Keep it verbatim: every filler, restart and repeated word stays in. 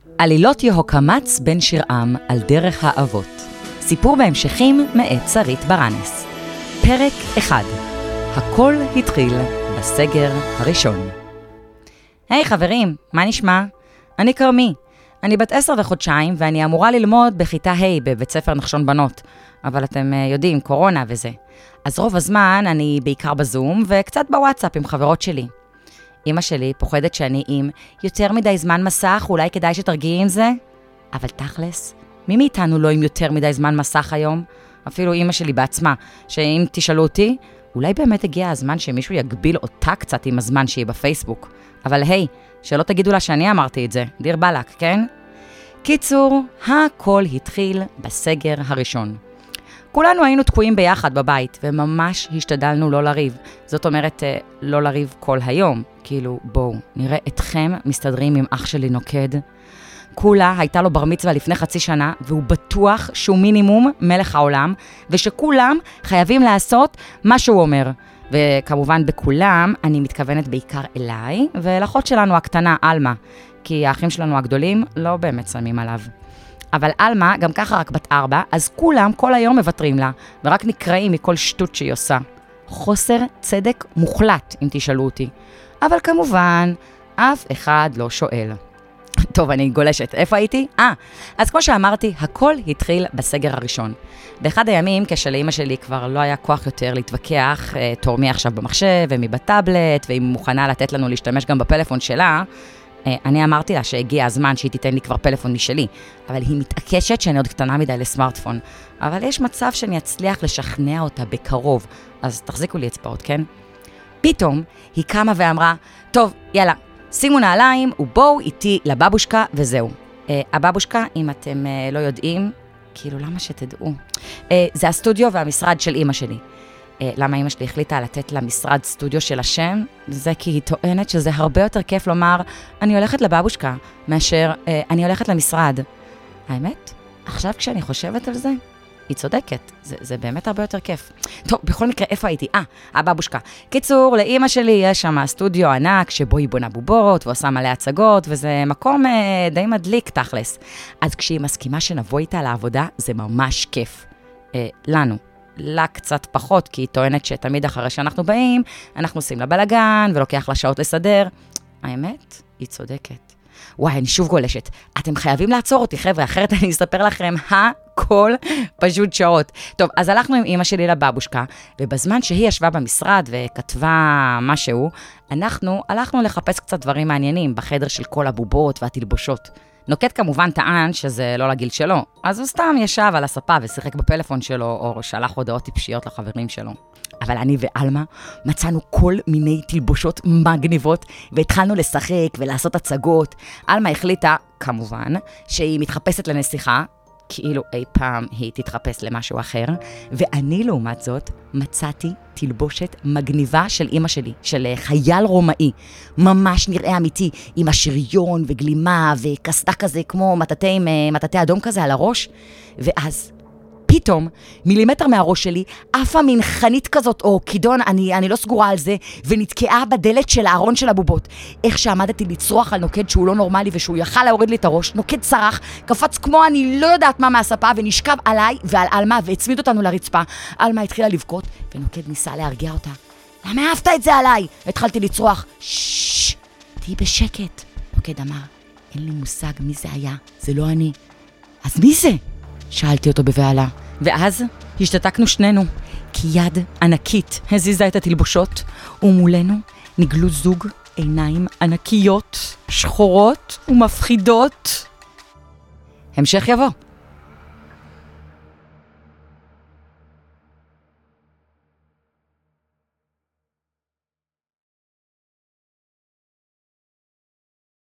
עלילות יהוקמץ בן שירעם על דרך האבות. סיפור בהמשכים מאת שרית ברנס. פרק אחד. הכל התחיל בסגר הראשון. היי חברים, מה נשמע? אני קרמי. אני בת עשר וחודשיים ואני אמורה ללמוד בכיתה ה' בבית ספר נחשון בנות. אבל אתם יודעים, קורונה וזה. אז רוב הזמן אני בעיקר בזום וקצת בוואטסאפ עם חברות שלי. אמא שלי פוחדת שאני עם יותר מדי זמן מסך, אולי כדאי שתרגיעי עם זה? אבל תכלס, מי מאיתנו לא עם יותר מדי זמן מסך היום? אפילו אמא שלי בעצמה, שאם תשאלו אותי, אולי באמת הגיע הזמן שמישהו יגביל אותה קצת עם הזמן שהיא בפייסבוק. אבל היי, שלא תגידו לה שאני אמרתי את זה, דיר בלק, כן? קיצור, הכל התחיל בסגר הראשון. כולנו היינו תקועים ביחד בבית, וממש השתדלנו לא לריב. זאת אומרת, לא לריב כל היום. כאילו, בואו, נראה אתכם מסתדרים עם אח שלי נוקד. כולה הייתה לו בר מצווה לפני חצי שנה, והוא בטוח שהוא מינימום מלך העולם, ושכולם חייבים לעשות מה שהוא אומר. וכמובן בכולם, אני מתכוונת בעיקר אליי, ולאחות שלנו הקטנה, אלמה, כי האחים שלנו הגדולים לא באמת שמים עליו. אבל אלמה, גם ככה רק בת ארבע, אז כולם כל היום מוותרים לה, ורק נקראים מכל שטות שהיא עושה. חוסר צדק מוחלט, אם תשאלו אותי. אבל כמובן, אף אחד לא שואל. טוב, אני גולשת. איפה הייתי? אה, אז כמו שאמרתי, הכל התחיל בסגר הראשון. באחד הימים, כשלאמא שלי כבר לא היה כוח יותר להתווכח, תורמי עכשיו במחשב ומי בטאבלט, והיא מוכנה לתת לנו להשתמש גם בפלאפון שלה, אני אמרתי לה שהגיע הזמן שהיא תיתן לי כבר פלאפון משלי, אבל היא מתעקשת שאני עוד קטנה מדי לסמארטפון. אבל יש מצב שאני אצליח לשכנע אותה בקרוב, אז תחזיקו לי אצבעות, כן? פתאום היא קמה ואמרה, טוב, יאללה, שימו נעליים ובואו איתי לבבושקה וזהו. אה, הבבושקה, אם אתם אה, לא יודעים, כאילו למה שתדעו? אה, זה הסטודיו והמשרד של אמא שלי. למה אמא שלי החליטה לתת למשרד סטודיו של השם? זה כי היא טוענת שזה הרבה יותר כיף לומר, אני הולכת לבבושקה, מאשר אני הולכת למשרד. האמת, עכשיו כשאני חושבת על זה, היא צודקת. זה, זה באמת הרבה יותר כיף. טוב, בכל מקרה, איפה הייתי? אה, הבבושקה. קיצור, לאמא שלי יש שם סטודיו ענק, שבו היא בונה בובות, ועושה מלא הצגות, וזה מקום אה, די מדליק תכלס. אז כשהיא מסכימה שנבוא איתה לעבודה, זה ממש כיף. אה, לנו. לה קצת פחות, כי היא טוענת שתמיד אחרי שאנחנו באים, אנחנו עושים לה בלגן, ולוקח לה שעות לסדר. האמת, היא צודקת. וואי, אני שוב גולשת. אתם חייבים לעצור אותי, חבר'ה, אחרת אני אספר לכם הכל פשוט שעות. טוב, אז הלכנו עם אמא שלי לבבושקה, ובזמן שהיא ישבה במשרד וכתבה משהו, אנחנו הלכנו לחפש קצת דברים מעניינים בחדר של כל הבובות והתלבושות. נוקד כמובן טען שזה לא לגיל שלו, אז הוא סתם ישב על הספה ושיחק בפלאפון שלו, או שלח הודעות טיפשיות לחברים שלו. אבל אני ואלמה מצאנו כל מיני תלבושות מגניבות, והתחלנו לשחק ולעשות הצגות. אלמה החליטה, כמובן, שהיא מתחפשת לנסיכה, כאילו אי פעם היא תתחפש למשהו אחר, ואני לעומת זאת מצאתי תלבושת מגניבה של אמא שלי, של חייל רומאי, ממש נראה אמיתי, עם השריון וגלימה וקסדה כזה כמו מטאטי, מטאטי אדום כזה על הראש, ואז פתאום, מילימטר מהראש שלי, אף מין חנית כזאת, או כידון, אני, אני לא סגורה על זה, ונתקעה בדלת של הארון של הבובות. איך שעמדתי לצרוח על נוקד שהוא לא נורמלי, ושהוא יכל להוריד לי את הראש, נוקד צרח, קפץ כמו אני לא יודעת מה מהספה, ונשכב עליי ועל אלמה, והצמיד אותנו לרצפה. אלמה התחילה לבכות, ונוקד ניסה להרגיע אותה. למה אהבת את זה עליי? התחלתי לצרוח, ששש, תהי בשקט. נוקד אמר, אין לי מושג מי זה היה, זה לא אני. אז מי זה? שאלתי אותו בבעלה. ואז השתתקנו שנינו, כי יד ענקית הזיזה את התלבושות, ומולנו נגלו זוג עיניים ענקיות, שחורות ומפחידות. המשך יבוא.